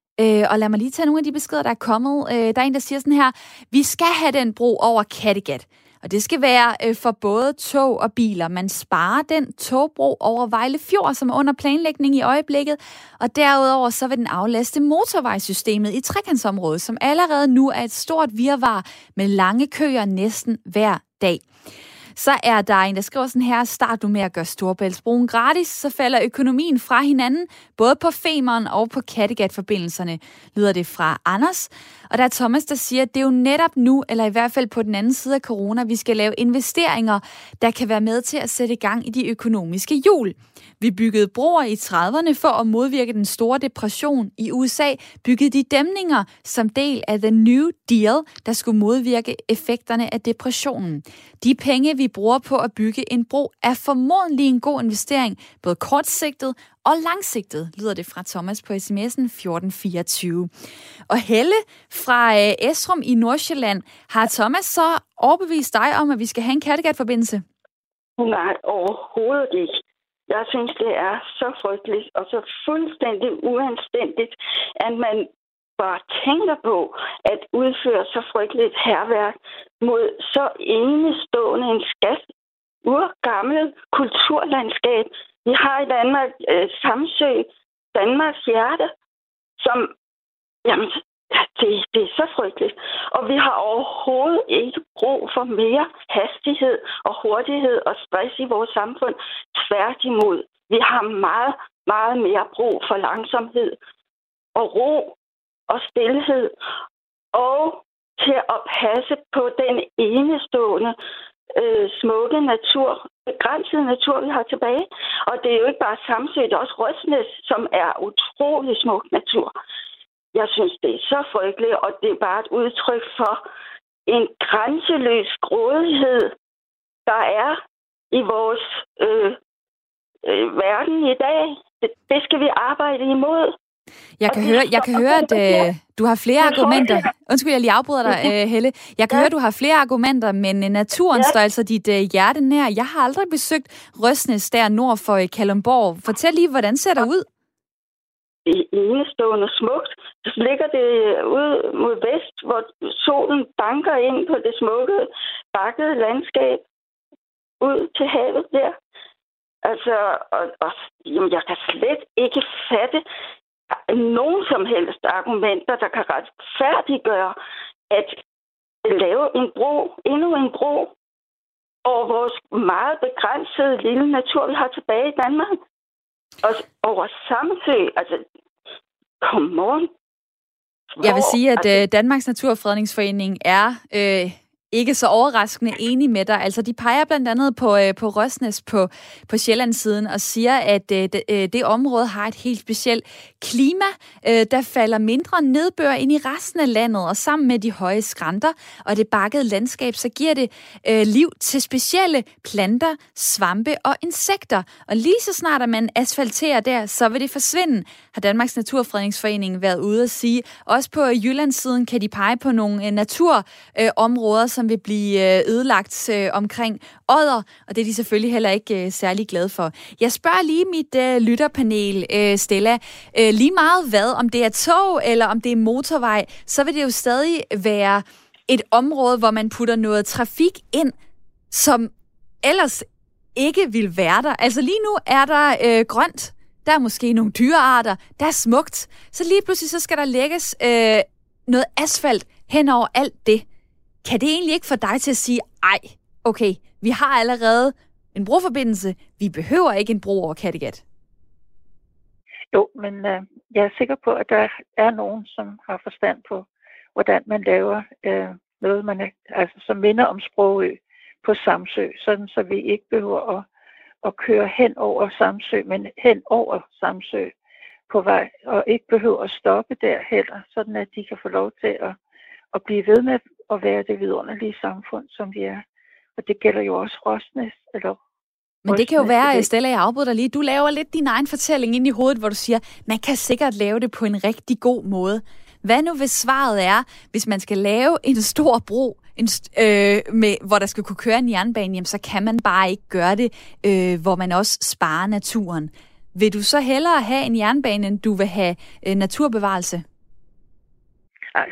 Og lad mig lige tage nogle af de beskeder, der er kommet. Der er en, der siger sådan her: vi skal have den bro over Kattegat. Og det skal være for både tog og biler. Man sparer den togbro over Vejle Fjord, som er under planlægning i øjeblikket. Og derudover så vil den aflaste motorvejssystemet i trekantsområdet, som allerede nu er et stort virvar med lange køer næsten hver dag. Så er der en, der skriver sådan her: start nu med at gøre Storebæltsbroen gratis, så falder økonomien fra hinanden, både på Femern og på Kattegat-forbindelserne, lyder det fra Anders. Og der er Thomas, der siger, at det er jo netop nu, eller i hvert fald på den anden side af corona, vi skal lave investeringer, der kan være med til at sætte i gang i de økonomiske hjul. Vi byggede broer i 30'erne for at modvirke den store depression. I USA byggede de dæmninger som del af The New Deal, der skulle modvirke effekterne af depressionen. De penge, vi bruger på at bygge en bro, er formodentlig en god investering, både kortsigtet og langsigtet, lyder det fra Thomas på sms'en 1424. Og Helle fra Esrum i Nordsjælland, har Thomas så overbevist dig om, at vi skal have en Kattegat-forbindelse? Nej, overhovedet ikke. Jeg synes, det er så frygteligt og så fuldstændig uanstændigt, at man bare tænker på at udføre så frygteligt hærværk mod så enestående en urgammel kulturlandskab. Vi har i Danmark Samsø, Danmarks hjerte, som jamen, det er så frygteligt. Og vi har overhovedet ikke brug for mere hastighed og hurtighed og stress i vores samfund. Tværtimod, vi har meget, meget mere brug for langsomhed og ro og stilhed og til at passe på den enestående smukke natur, begrænsede natur, vi har tilbage. Og det er jo ikke bare Samsø, det er også Røsnes, som er utrolig smuk natur. Jeg synes, det er så frygteligt, og det er bare et udtryk for en grænseløs grådighed, der er i vores verden i dag. Det skal vi arbejde imod. Jeg kan høre, at du har flere argumenter. Undskyld, jeg lige afbryder dig, Helle. Jeg kan høre, at du har flere argumenter, men naturen står altså dit hjerte nær. Jeg har aldrig besøgt Røsnes der nord for Kalundborg. Fortæl lige, hvordan ser det ud? Det er enestående smukt. Så ligger det ud mod vest, hvor solen banker ind på det smukke, bakkede landskab ud til havet der. Altså, jamen, jeg kan slet ikke fatte nogen som helst argumenter, der kan retfærdiggøre at lave en bro, endnu en bro over vores meget begrænsede lille natur, vi har tilbage i Danmark. Og over Samsø, altså, come on. Jeg vil sige, at Danmarks Naturfredningsforening er ikke så overraskende enig med dig. Altså, de peger blandt andet på Røsnæs på Sjællandssiden og siger, at det område har et helt specielt klima. Der falder mindre nedbør ind i resten af landet, og sammen med de høje skrænter og det bakkede landskab, så giver det liv til specielle planter, svampe og insekter. Og lige så snart at man asfalterer der, så vil det forsvinde, har Danmarks Naturfredningsforening været ude at sige. Også på Jyllandssiden kan de pege på nogle naturområder, som vil blive ødelagt omkring Odder, og det er de selvfølgelig heller ikke særlig glade for. Jeg spørger lige mit lytterpanel, Stella, lige meget hvad, om det er tog eller om det er motorvej, så vil det jo stadig være et område, hvor man putter noget trafik ind, som ellers ikke vil være der. Altså lige nu er der grønt, der er måske nogle dyrearter, der er smukt, så lige pludselig så skal der lægges noget asfalt hen over alt det. Kan det egentlig ikke få dig til at sige, ej, okay, vi har allerede en broforbindelse, vi behøver ikke en bro over Kattegat? Jo, men jeg er sikker på, at der er nogen, som har forstand på, hvordan man laver noget, som minder om Sprogø på Samsø, sådan så vi ikke behøver at køre hen over Samsø, men hen over Samsø på vej, og ikke behøver at stoppe der heller, sådan at de kan få lov til at blive ved med at være det vidunderlige samfund, som vi er. Og det gælder jo også Røsnæs. Men det kan jo være, Stella, jeg afbryder dig lige. Du laver lidt din egen fortælling ind i hovedet, hvor du siger, man kan sikkert lave det på en rigtig god måde. Hvad nu hvis svaret er, hvis man skal lave en stor bro, hvor der skal kunne køre en jernbane, jamen, så kan man bare ikke gøre det, hvor man også sparer naturen. Vil du så hellere have en jernbane, end du vil have naturbevarelse? Ej,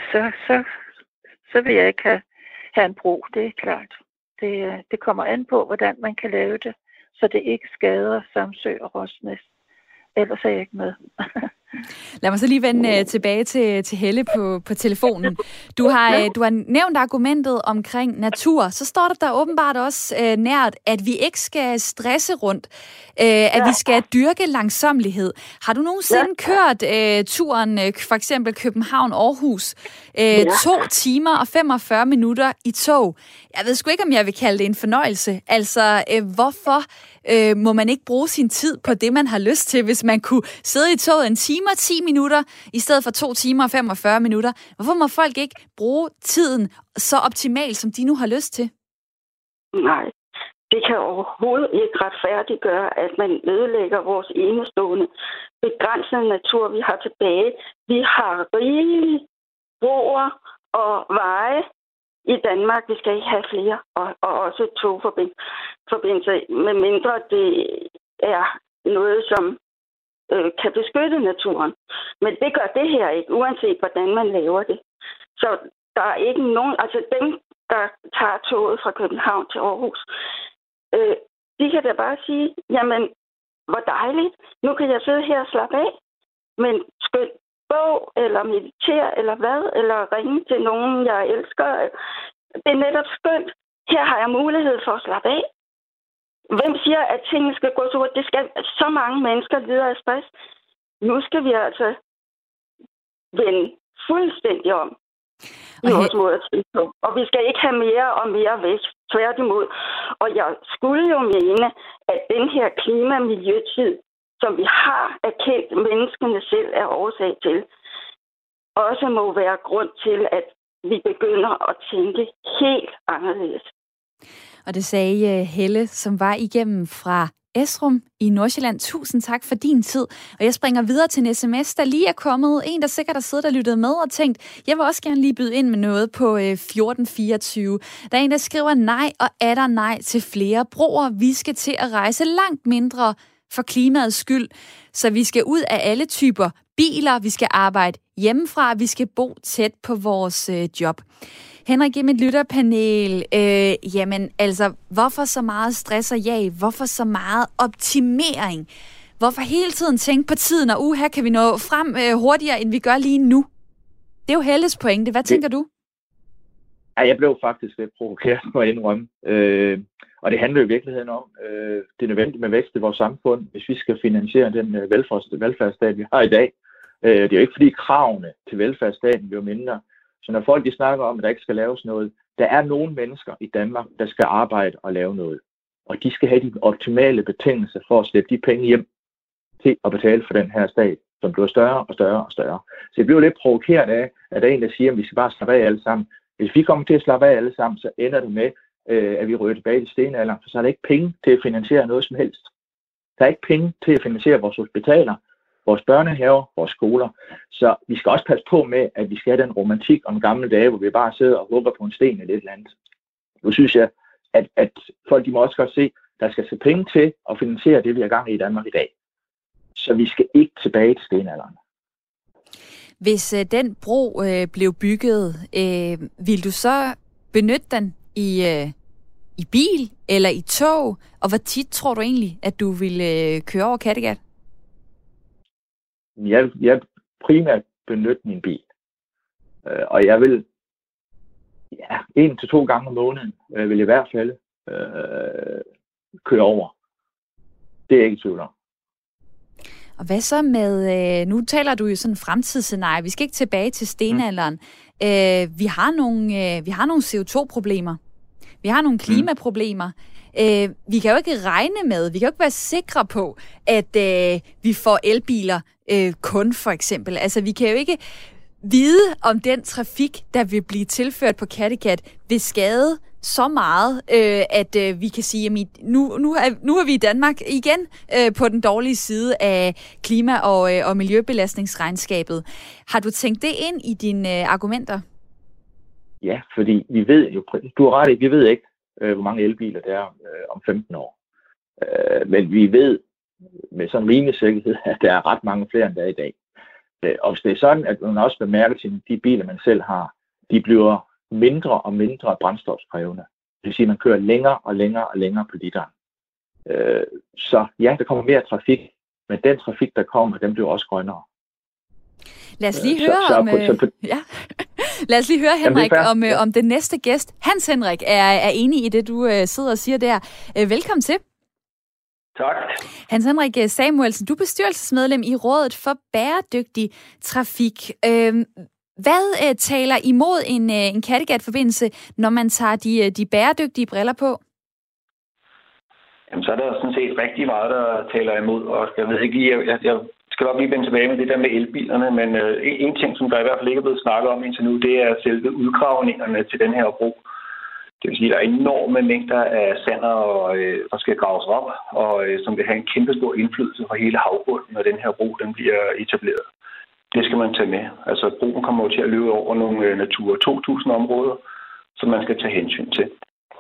så vil jeg ikke have en bro, det er klart. Det kommer an på, hvordan man kan lave det, så det ikke skader Samsø og Røsnæs. Ellers er jeg ikke med. Lad mig så lige vende tilbage til Helle på telefonen. Du har nævnt argumentet omkring natur. Så står der åbenbart også nært, at vi ikke skal stresse rundt. At vi skal dyrke langsommelighed. Har du nogensinde kørt turen, for eksempel København-Aarhus, 2 timer og 45 minutter i tog? Jeg ved sgu ikke, om jeg vil kalde det en fornøjelse. Altså, hvorfor må man ikke bruge sin tid på det, man har lyst til, hvis man kunne sidde i toget 1 time og 10 minutter, i stedet for 2 timer og 45 minutter? Hvorfor må folk ikke bruge tiden så optimalt, som de nu har lyst til? Nej, det kan overhovedet ikke retfærdiggøre, at man ødelægger vores enestående begrænsede natur, vi har tilbage. Vi har rigelige broer og veje i Danmark. Vi skal ikke have flere, og også togforbindelser, medmindre det er noget, som kan beskytte naturen. Men det gør det her ikke, uanset hvordan man laver det. Så der er ikke nogen, altså dem, der tager toget fra København til Aarhus, de kan da bare sige, jamen, hvor dejligt, nu kan jeg sidde her og slappe af, men skønt bog, eller meditere, eller hvad, eller ringe til nogen, jeg elsker. Det er netop skønt. Her har jeg mulighed for at slappe af. Hvem siger, at tingene skal gå så hurtigt? Det skal så mange mennesker lider af stress. Nu skal vi altså vende fuldstændig om i vores måde at tænke på. Og vi skal ikke have mere og mere væk. Tværtimod. Og jeg skulle jo mene, at den her klima-miljøtid, som vi har erkendt menneskene selv er årsag til, også må være grund til, at vi begynder at tænke helt anderledes. Og det sagde Helle, som var igennem fra Esrum i Nordsjælland. Tusind tak for din tid. Og jeg springer videre til en sms, der lige er kommet. En, der sikkert har siddet og lyttet med og tænkt, jeg vil også gerne lige byde ind med noget på 1424. Der er en, der skriver nej og atter nej til flere broer. Vi skal til at rejse langt mindre for klimaets skyld. Så vi skal ud af alle typer biler, vi skal arbejde hjemmefra, vi skal bo tæt på vores job. Henrik, i mit lytterpanel, jamen altså, hvorfor så meget stress og jag? Hvorfor så meget optimering? Hvorfor hele tiden tænke på tiden, og her kan vi nå frem hurtigere, end vi gør lige nu? Det er jo Helles pointe. Hvad tænker du? Jeg blev faktisk lidt provokeret, må jeg indrømme. Og det handler i virkeligheden om, det er nødvendigt med vækst i vores samfund, hvis vi skal finansiere den velfærdsstat, vi har i dag. Det er jo ikke fordi kravene til velfærdsstaten bliver mindre. Så når folk de snakker om, at der ikke skal laves noget, der er nogle mennesker i Danmark, der skal arbejde og lave noget. Og de skal have de optimale betingelser for at slippe de penge hjem til at betale for den her stat, som bliver større og større og større. Så jeg bliver lidt provokeret af, at der er en, der siger, at vi skal bare slappe af alle sammen. Hvis vi kommer til at slappe af alle sammen, så ender det med, at vi ryger tilbage til stenalderen, for så er der ikke penge til at finansiere noget som helst. Der er ikke penge til at finansiere vores hospitaler, vores børnehaver, vores skoler. Så vi skal også passe på med, at vi skal have den romantik om gamle dage, hvor vi bare sidder og hugger på en sten eller et eller andet. Nu synes jeg, at folk de må også godt se, at der skal se penge til at finansiere det, vi har gang i Danmark i dag. Så vi skal ikke tilbage til stenalderen. Hvis den bro blev bygget, vil du så benytte den i bil eller i tog? Og hvor tit tror du egentlig, at du ville køre over Kattegat? Jeg primært benytte min bil. Og jeg vil 1 til 2 gange om måneden vil i hvert fald køre over. Det er jeg ikke i tvivl om. Og hvad så med, nu taler du jo sådan fremtidsscenarie, vi skal ikke tilbage til stenalderen. Vi har nogle CO2-problemer. Vi har nogle klimaproblemer. Vi kan jo ikke regne med, vi kan jo ikke være sikre på, at vi får elbiler kun for eksempel. Altså vi kan jo ikke vide, om den trafik, der vil blive tilført på Kattegat, vil skade så meget, at vi kan sige, at nu er vi i Danmark igen på den dårlige side af klima- og miljøbelastningsregnskabet. Har du tænkt det ind i dine argumenter? Ja, fordi vi ved jo, du har ret i, vi ved ikke, hvor mange elbiler der er om 15 år. Men vi ved med sådan rimelig sikkerhed, at der er ret mange flere, end der er i dag. Og hvis det er sådan, at man også bemærker til de biler, man selv har, de bliver mindre og mindre brændstofskrævende. Det vil sige, at man kører længere og længere og længere på literen. Så ja, der kommer mere trafik, men den trafik, der kommer, den bliver også grønnere. Lad os lige høre Lad os lige høre, Henrik, om den næste gæst. Hans Henrik er enig i det, du sidder og siger der. Velkommen til. Tak. Hans Henrik Samuelsen, du er bestyrelsesmedlem i Rådet for Bæredygtig Trafik. Hvad taler imod en Kattegat-forbindelse, når man tager de bæredygtige briller på? Jamen, så er der sådan set rigtig meget, der taler imod. Og jeg ved ikke lige, jeg skal nok lige vende tilbage med det der med elbilerne, men en ting, som der i hvert fald ikke er blevet snakket om indtil nu, det er selve udgravningerne til den her bro. Det vil sige, at der er enorme mængder af sander, der skal graves op, og som vil have en kæmpe stor indflydelse på hele havbunden, når den her bro den bliver etableret. Det skal man tage med. Altså, broen kommer jo til at løbe over nogle Natura 2000-områder, som man skal tage hensyn til.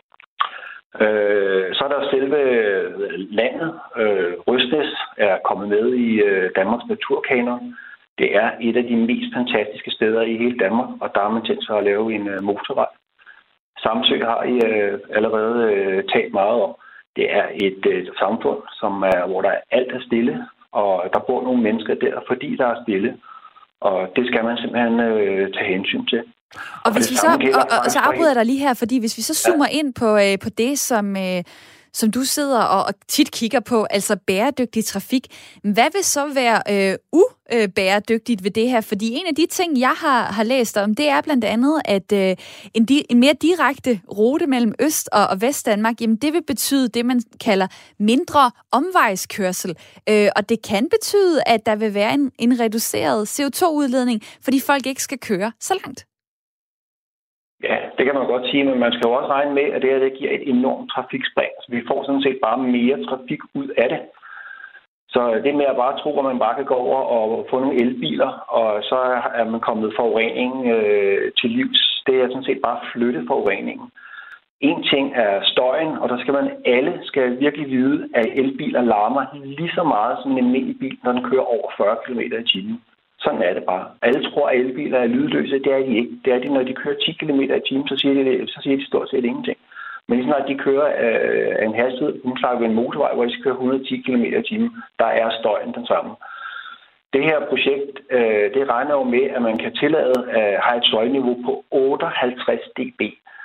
Så er der selve landet. Røsnæs er kommet med i Danmarks Naturkanon. Det er et af de mest fantastiske steder i hele Danmark, og der har man tænkt sig at lave en motorvej. Samsø har I allerede talt meget om. Det er et samfund, hvor der alt er stille, og der bor nogle mennesker der, fordi der er stille. Og det skal man simpelthen tage hensyn til. Og hvis vi så afbryder dig lige her, fordi hvis vi så zoomer ind på det, som du sidder og tit kigger på, altså bæredygtig trafik, hvad vil så være ubæredygtigt ved det her? Fordi en af de ting, jeg har læst om, det er blandt andet, at en mere direkte rute mellem Øst- og Vestdanmark, jamen det vil betyde det, man kalder mindre omvejskørsel. Og det kan betyde, at der vil være en reduceret CO2-udledning, fordi folk ikke skal køre så langt. Ja, det kan man godt sige, men man skal jo også regne med, at det her det giver et enormt trafikspring. Så vi får sådan set bare mere trafik ud af det. Så det med at bare tro, at man bare kan gå over og få nogle elbiler, og så er man kommet forurening til livs. Det er sådan set bare flytte forureningen. En ting er støjen, og der skal alle skal virkelig vide, at elbiler larmer lige så meget som en almindelig bil, når den kører over 40 km/t. Sådan er det bare. Alle tror, at elbiler er lydløse. Det er de ikke. Det er de, når de kører 10 km/t, så siger de stort set ingenting. Men lige snart de kører en hastighed, nu snakker vi en motorvej, hvor de skal køre 110 km/t, der er støjen den samme. Det her projekt, det regner jo med, at man kan tillade at have et støjniveau på 58 dB.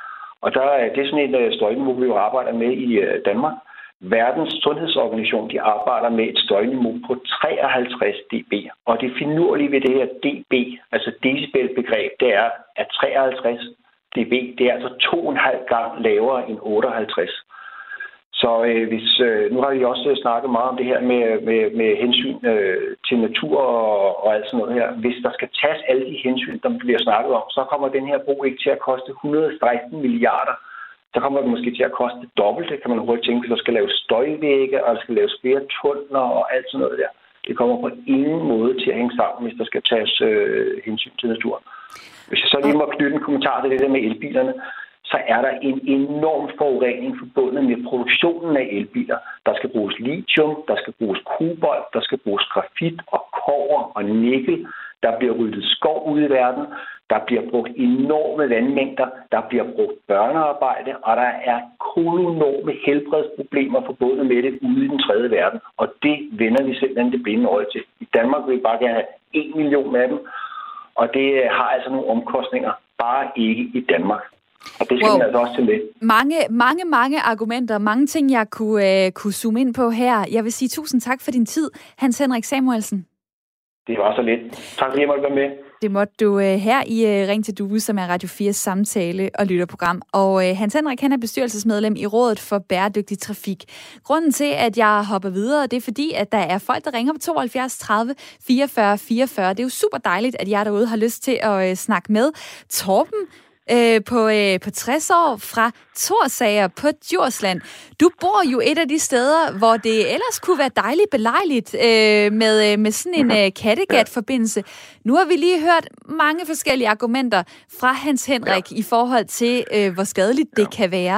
Og det er sådan et støjniveau, vi jo arbejder med i Danmark. Verdens Sundhedsorganisation, de arbejder med et støjniveau på 53 dB. Og det finurlige ved det her dB, altså decibelbegreb, det er, at 53 dB, det er altså 2,5 gange lavere end 58. Så nu har vi også snakket meget om det her med hensyn til natur og alt sådan noget her. Hvis der skal tages alle de hensyn, der bliver snakket om, så kommer den her bro ikke til at koste 113 milliarder. Så kommer det måske til at koste det dobbelte, kan man hurtigt tænke, hvis der skal laves støjvægge, og der skal laves flere tunneler og alt sådan noget der. Det kommer på ingen måde til at hænge sammen, hvis der skal tages hensyn til naturen. Hvis jeg så lige må knytte en kommentar til det der med elbilerne, så er der en enorm forurening forbundet med produktionen af elbiler. Der skal bruges lithium, der skal bruges kobolt, der skal bruges grafit og kobber og nikkel. Der bliver ryddet skov ude i verden. Der bliver brugt enorme vandmængder. Der bliver brugt børnearbejde. Og der er kolonorme helbredsproblemer forbundet med det ude i den tredje verden. Og det vender vi simpelthen det blinde øje til. I Danmark vil vi bare gerne have 1 million af dem. Og det har altså nogle omkostninger. Bare ikke i Danmark. Og det skal man altså også til med. Mange argumenter, mange ting, jeg kunne zoome ind på her. Jeg vil sige tusind tak for din tid, Hans Henrik Samuelsen. Det var så lidt. Tak fordi jeg måtte være med. Det måtte du her i Ring til Due, som er Radio 4's samtale- og lytterprogram. Og Hans Henrik, han er bestyrelsesmedlem i Rådet for Bæredygtig Trafik. Grunden til, at jeg hopper videre, det er fordi, at der er folk, der ringer på 72 30 44 44. Det er jo super dejligt, at jeg derude har lyst til at snakke med. Torben på 60 år fra Thorsager på Djursland. Du bor jo et af de steder, hvor det ellers kunne være dejligt belejligt med sådan en Kattegat-forbindelse. Nu har vi lige hørt mange forskellige argumenter fra Hans Henrik i forhold til, hvor skadeligt det kan være.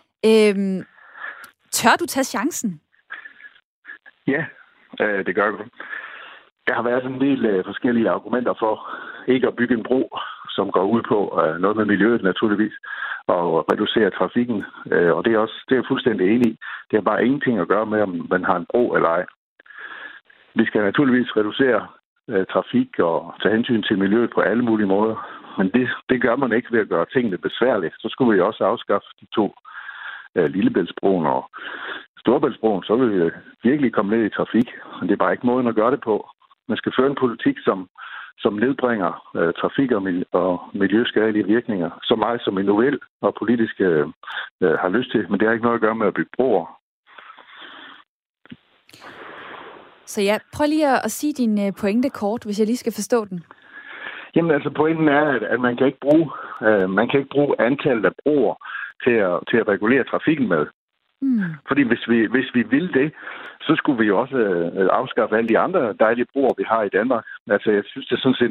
Tør du tage chancen? Ja, det gør du. Der har været en del forskellige argumenter for ikke at bygge en bro, som går ud på noget med miljøet naturligvis, og reducere trafikken. Og det er jeg fuldstændig enig i. Det har bare ingenting at gøre med, om man har en bro eller ej. Vi skal naturligvis reducere trafik og tage hensyn til miljøet på alle mulige måder. Men det gør man ikke ved at gøre tingene besværligt. Så skulle vi også afskaffe de 2 Lillebæltsbroen og Storebæltsbroen, så vil vi virkelig komme ned i trafik. Men det er bare ikke måden at gøre det på. Man skal føre en politik, som nedbringer trafik og miljøskadelige virkninger så meget, som vi nu vil, og politisk har lyst til. Men det har ikke noget at gøre med at bygge broer. Så ja, prøv lige at sige din pointe kort, hvis jeg lige skal forstå den. Jamen altså, pointen er, at man kan ikke bruge antallet af broer til at regulere trafikken med. Fordi hvis vi ville det, så skulle vi jo også afskaffe alle de andre dejlige broer, vi har i Danmark. Altså, jeg synes det sådan set,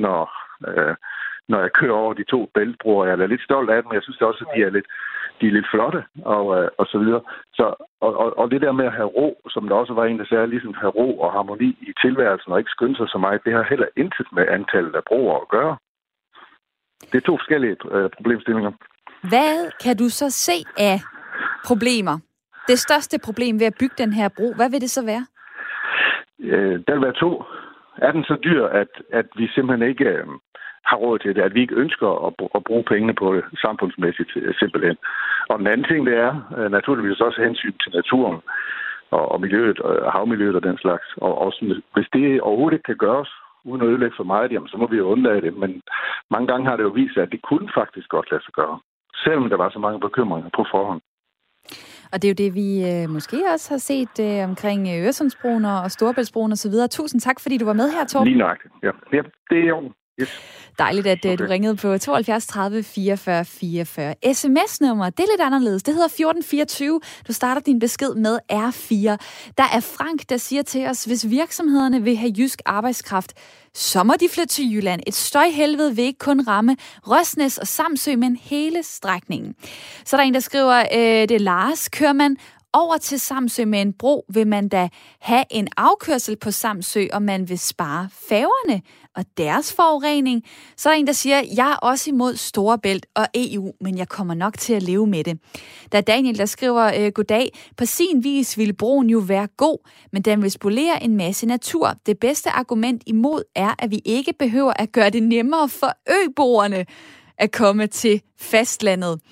når jeg kører over de 2 bæltbroer, jeg er lidt stolt af dem, men jeg synes også, at de er lidt flotte og så videre. Og det der med at have ro, som der også var en, der sagde, ligesom have ro og harmoni i tilværelsen og ikke skynde sig så meget, det har heller intet med antallet af broer at gøre. Det er 2 forskellige problemstillinger. Hvad kan du så se af problemer? Det største problem ved at bygge den her bro, hvad vil det så være? Der vil være 2. Er den så dyr, at vi simpelthen ikke har råd til det, at vi ikke ønsker at bruge pengene på det samfundsmæssigt simpelthen. Og den anden ting, det er naturligvis også hensyn til naturen og miljøet, og havmiljøet og den slags. Og også, hvis det overhovedet ikke kan gøres, uden at ødelægge for meget, jamen, så må vi jo undlade det. Men mange gange har det jo vist sig, at det kunne faktisk godt lade sig gøre. Selvom der var så mange bekymringer på forhånd. Og det er jo det, vi måske også har set omkring Øresundsbroen og Storebæltsbroen og så videre. Tusind tak, fordi du var med her, Torben. Lige nøjagtigt, ja. Det er jo. Yes. Dejligt, at du ringede på 72 30 44 44. SMS-nummer, det er lidt anderledes. Det hedder 1424. Du starter din besked med R4. Der er Frank, der siger til os, hvis virksomhederne vil have jysk arbejdskraft, så må de flytte til Jylland. Et støjhelvede vil ikke kun ramme Røsnæs og Samsø, men hele strækningen. Så er der en, der skriver, det er Lars. Kører man over til Samsø med en bro, vil man da have en afkørsel på Samsø, og man vil spare færgerne og deres forurening. Så er der en, der siger, jeg er også imod Storebælt og EU, men jeg kommer nok til at leve med det. Der er Daniel, der skriver, goddag. På sin vis ville broen jo være god, men den vil spolere en masse natur. Det bedste argument imod er, at vi ikke behøver at gøre det nemmere for øboerne at komme til fastlandet.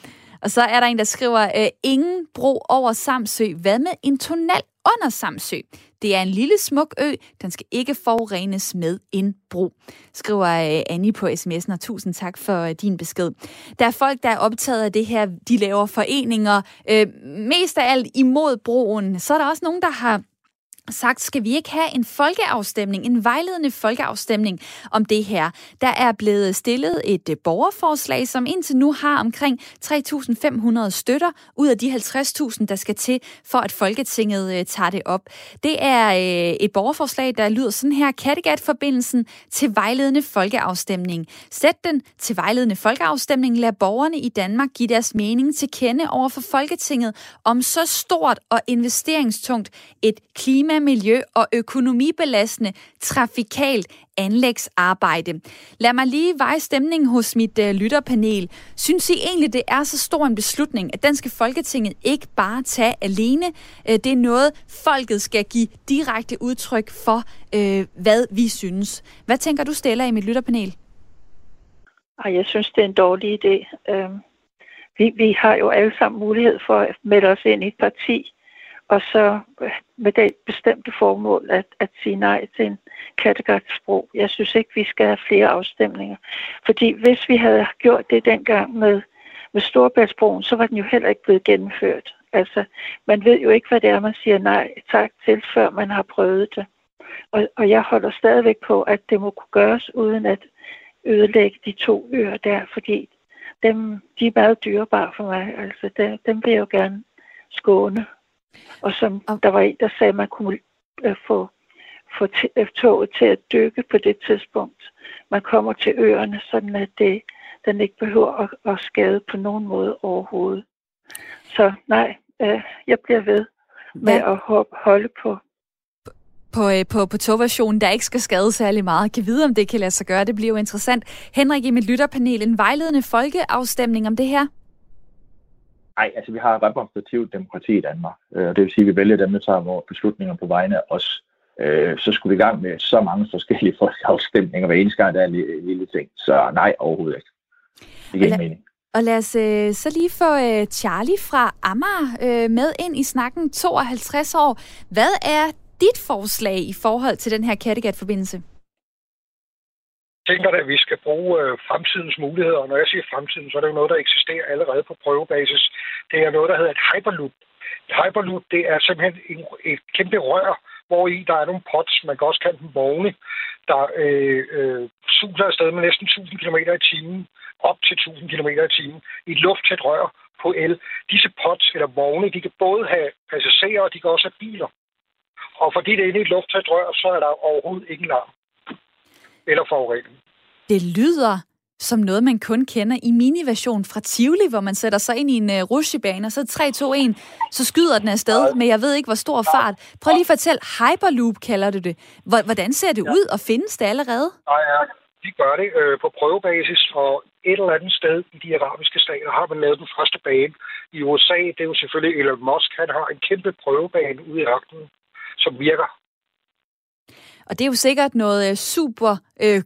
Og så er der en, der skriver, ingen bro over Samsø. Hvad med en tunnel under Samsø? Det er en lille smuk ø. Den skal ikke forurenes med en bro, skriver Annie på sms'en, og tusind tak for din besked. Der er folk, der er optaget af det her. De laver foreninger. Mest af alt imod broen. Så er der også nogen, der har sagt, skal vi ikke have en folkeafstemning, en vejledende folkeafstemning om det her. Der er blevet stillet et borgerforslag, som indtil nu har omkring 3.500 støtter ud af de 50.000, der skal til, for at Folketinget tager det op. Det er et borgerforslag, der lyder sådan her: Kattegat-forbindelsen til vejledende folkeafstemning. Sæt den til vejledende folkeafstemning. Lad borgerne i Danmark give deres mening til kende over for Folketinget om så stort og investeringstungt et klima, miljø og økonomibelastende trafikalt anlægsarbejde. Lad mig lige veje stemningen hos mit lytterpanel. Synes I egentlig, det er så stor en beslutning, at den skal Folketinget ikke bare tage alene? Det er noget, folket skal give direkte udtryk for, hvad vi synes. Hvad tænker du, Stella, i mit lytterpanel? Jeg synes, det er en dårlig idé. Vi har jo alle sammen mulighed for at melde os ind i et parti, og så med det bestemte formål at sige nej til en Kattegat-bro. Jeg synes ikke, vi skal have flere afstemninger. Fordi hvis vi havde gjort det dengang med Storebæltsbroen, så var den jo heller ikke blevet gennemført. Altså, man ved jo ikke, hvad det er, man siger nej tak til, før man har prøvet det. Og jeg holder stadigvæk på, at det må kunne gøres uden at ødelægge de 2 øer der, fordi de er meget dyrebare for mig. Altså, dem vil jeg jo gerne skåne. Og som der var en, der sagde, at man kunne få toget til at dykke på det tidspunkt. Man kommer til øerne, sådan at den ikke behøver at skade på nogen måde overhovedet. Så nej, jeg bliver ved med at holde på togversionen, der ikke skal skade særlig meget. Kan vide, om det kan lade sig gøre. Det bliver jo interessant. Henrik, i mit lytterpanel, en vejledende folkeafstemning om det her? Nej, altså vi har repræsentativt demokrati i Danmark. Det vil sige, at vi vælger dem, der tager vores beslutninger på vegne af os. Så skulle vi i gang med så mange forskellige folkeafstemninger hver eneste gang, der er en lille ting. Så nej, overhovedet ikke. Det giver mening. Og lad os så lige få Charlie fra Amager med ind i snakken, 52 år. Hvad er dit forslag i forhold til den her Kattegat-forbindelse? Jeg tænker, at vi skal bruge fremtidens muligheder, og når jeg siger fremtiden, så er det jo noget, der eksisterer allerede på prøvebasis. Det er noget, der hedder et hyperloop. Et hyperloop, det er simpelthen et kæmpe rør, hvor i der er nogle pods, man kan også kalde dem vogne, der suser afsted med næsten 1000 km i timen, op til 1000 km i timen, i et lufttæt rør på el. Disse pods eller vogne, de kan både have passagerer, og de kan også have biler. Og fordi det er inde i et lufttæt rør, så er der overhovedet ikke larm eller forurening. Det lyder som noget, man kun kender i miniversion fra Tivoli, hvor man sætter sig ind i en rutsjebane, og så 3, 2, 1, så skyder den afsted, men jeg ved ikke, hvor stor fart. Prøv lige at fortælle, Hyperloop kalder du det. Hvordan ser det ud, og findes det allerede? Ja, de gør det på prøvebasis, og et eller andet sted i de arabiske stater har man lavet den første bane. I USA, det er jo selvfølgelig Elon Musk, han har en kæmpe prøvebane ude i ørkenen, som virker. Og det er jo sikkert noget super...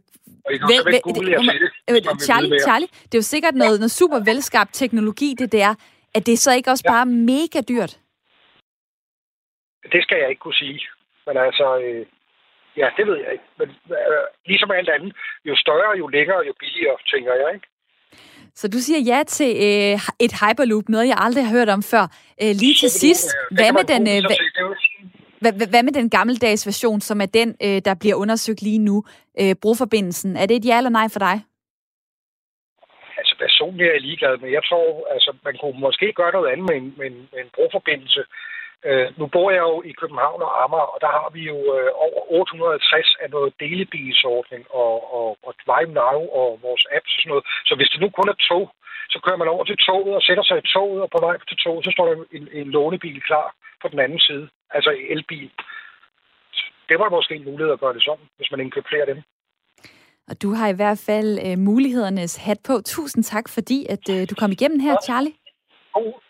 Charlie, det er jo sikkert noget super velskabt teknologi, det der. Er det så ikke også bare mega dyrt? Det skal jeg ikke kunne sige. Men altså, det ved jeg ikke. Men ligesom alt andet, jo større, jo længere, jo billigere, tænker jeg, ikke? Så du siger ja til et Hyperloop, noget jeg aldrig har hørt om før. Lige til sidst, hvad med den gammeldags version, som er den, der bliver undersøgt lige nu, broforbindelsen? Er det et ja eller nej for dig? Altså personligt er jeg ligeglad, men jeg tror, altså man kunne måske gøre noget andet med en broforbindelse. Nu bor jeg jo i København og Amager, og der har vi jo over 860 af noget delebilsordning og Drive Now og vores apps og sådan noget. Så hvis det nu kun er tog, så kører man over til toget og sætter sig i toget, og på vej til toget, så står der en lånebil klar på den anden side. Altså elbil. Det var måske en mulighed at gøre det sådan, hvis man indkøber flere af dem. Og du har i hvert fald mulighedernes hat på. Tusind tak, fordi at du kom igennem her, Charlie.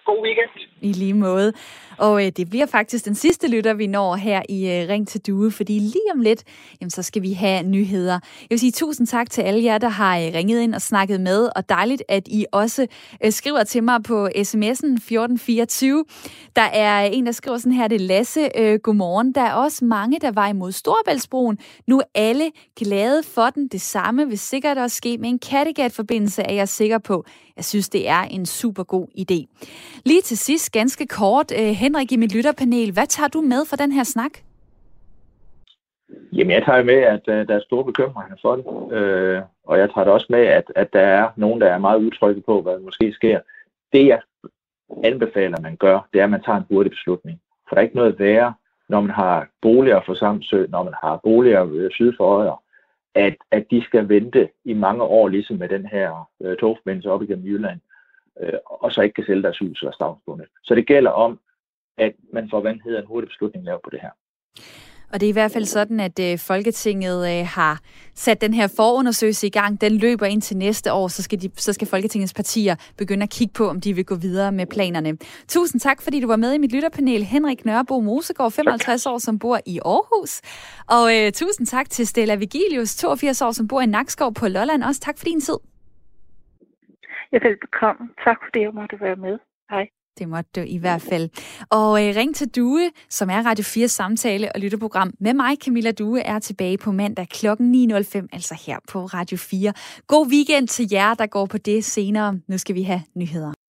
God weekend. I lige måde. Og det bliver faktisk den sidste lytter, vi når her i Ring til Due, fordi lige om lidt, jamen, så skal vi have nyheder. Jeg vil sige tusind tak til alle jer, der har ringet ind og snakket med, og dejligt, at I også skriver til mig på sms'en 1424. Der er en, der skriver sådan her, det er Lasse, godmorgen. Der er også mange, der var imod Storebæltsbroen. Nu er alle glade for den. Det samme vil sikkert også ske med en Kattegat-forbindelse, er jeg sikker på. Jeg synes, det er en super god idé. Lige til sidst, ganske kort, Henrik i mit lytterpanel, hvad tager du med for den her snak? Jamen, jeg tager med, at der er store bekymringer for det. Og jeg tager det også med, at der er nogen, der er meget utrygge på, hvad der måske sker. Det, jeg anbefaler, man gør, det er, at man tager en hurtig beslutning. For der er ikke noget værre, når man har boliger for Samsø, når man har boliger syd for Odder, at de skal vente i mange år, ligesom med den her togforbindelse op igennem Jylland, og så ikke kan sælge deres hus eller stavnsbundet. Så det gælder om, at man får en hurtig beslutning lavet på det her. Og det er i hvert fald sådan, at Folketinget har sat den her forundersøgelse i gang. Den løber ind til næste år, så skal Folketingets partier begynde at kigge på, om de vil gå videre med planerne. Tusind tak, fordi du var med i mit lytterpanel. Henrik Nørrebo Mosegaard, 55 år, som bor i Aarhus. Og tusind tak til Stella Vigilius, 82 år, som bor i Nakskov på Lolland. Også tak for din tid. Jeg er velbekomme. Tak fordi jeg måtte være med. Hej. Det måtte du i hvert fald. Og Ring til Due, som er Radio 4 samtale- og lytteprogram med mig, Camilla Due, er tilbage på mandag kl. 9.05, altså her på Radio 4. God weekend til jer, der går på det senere. Nu skal vi have nyheder.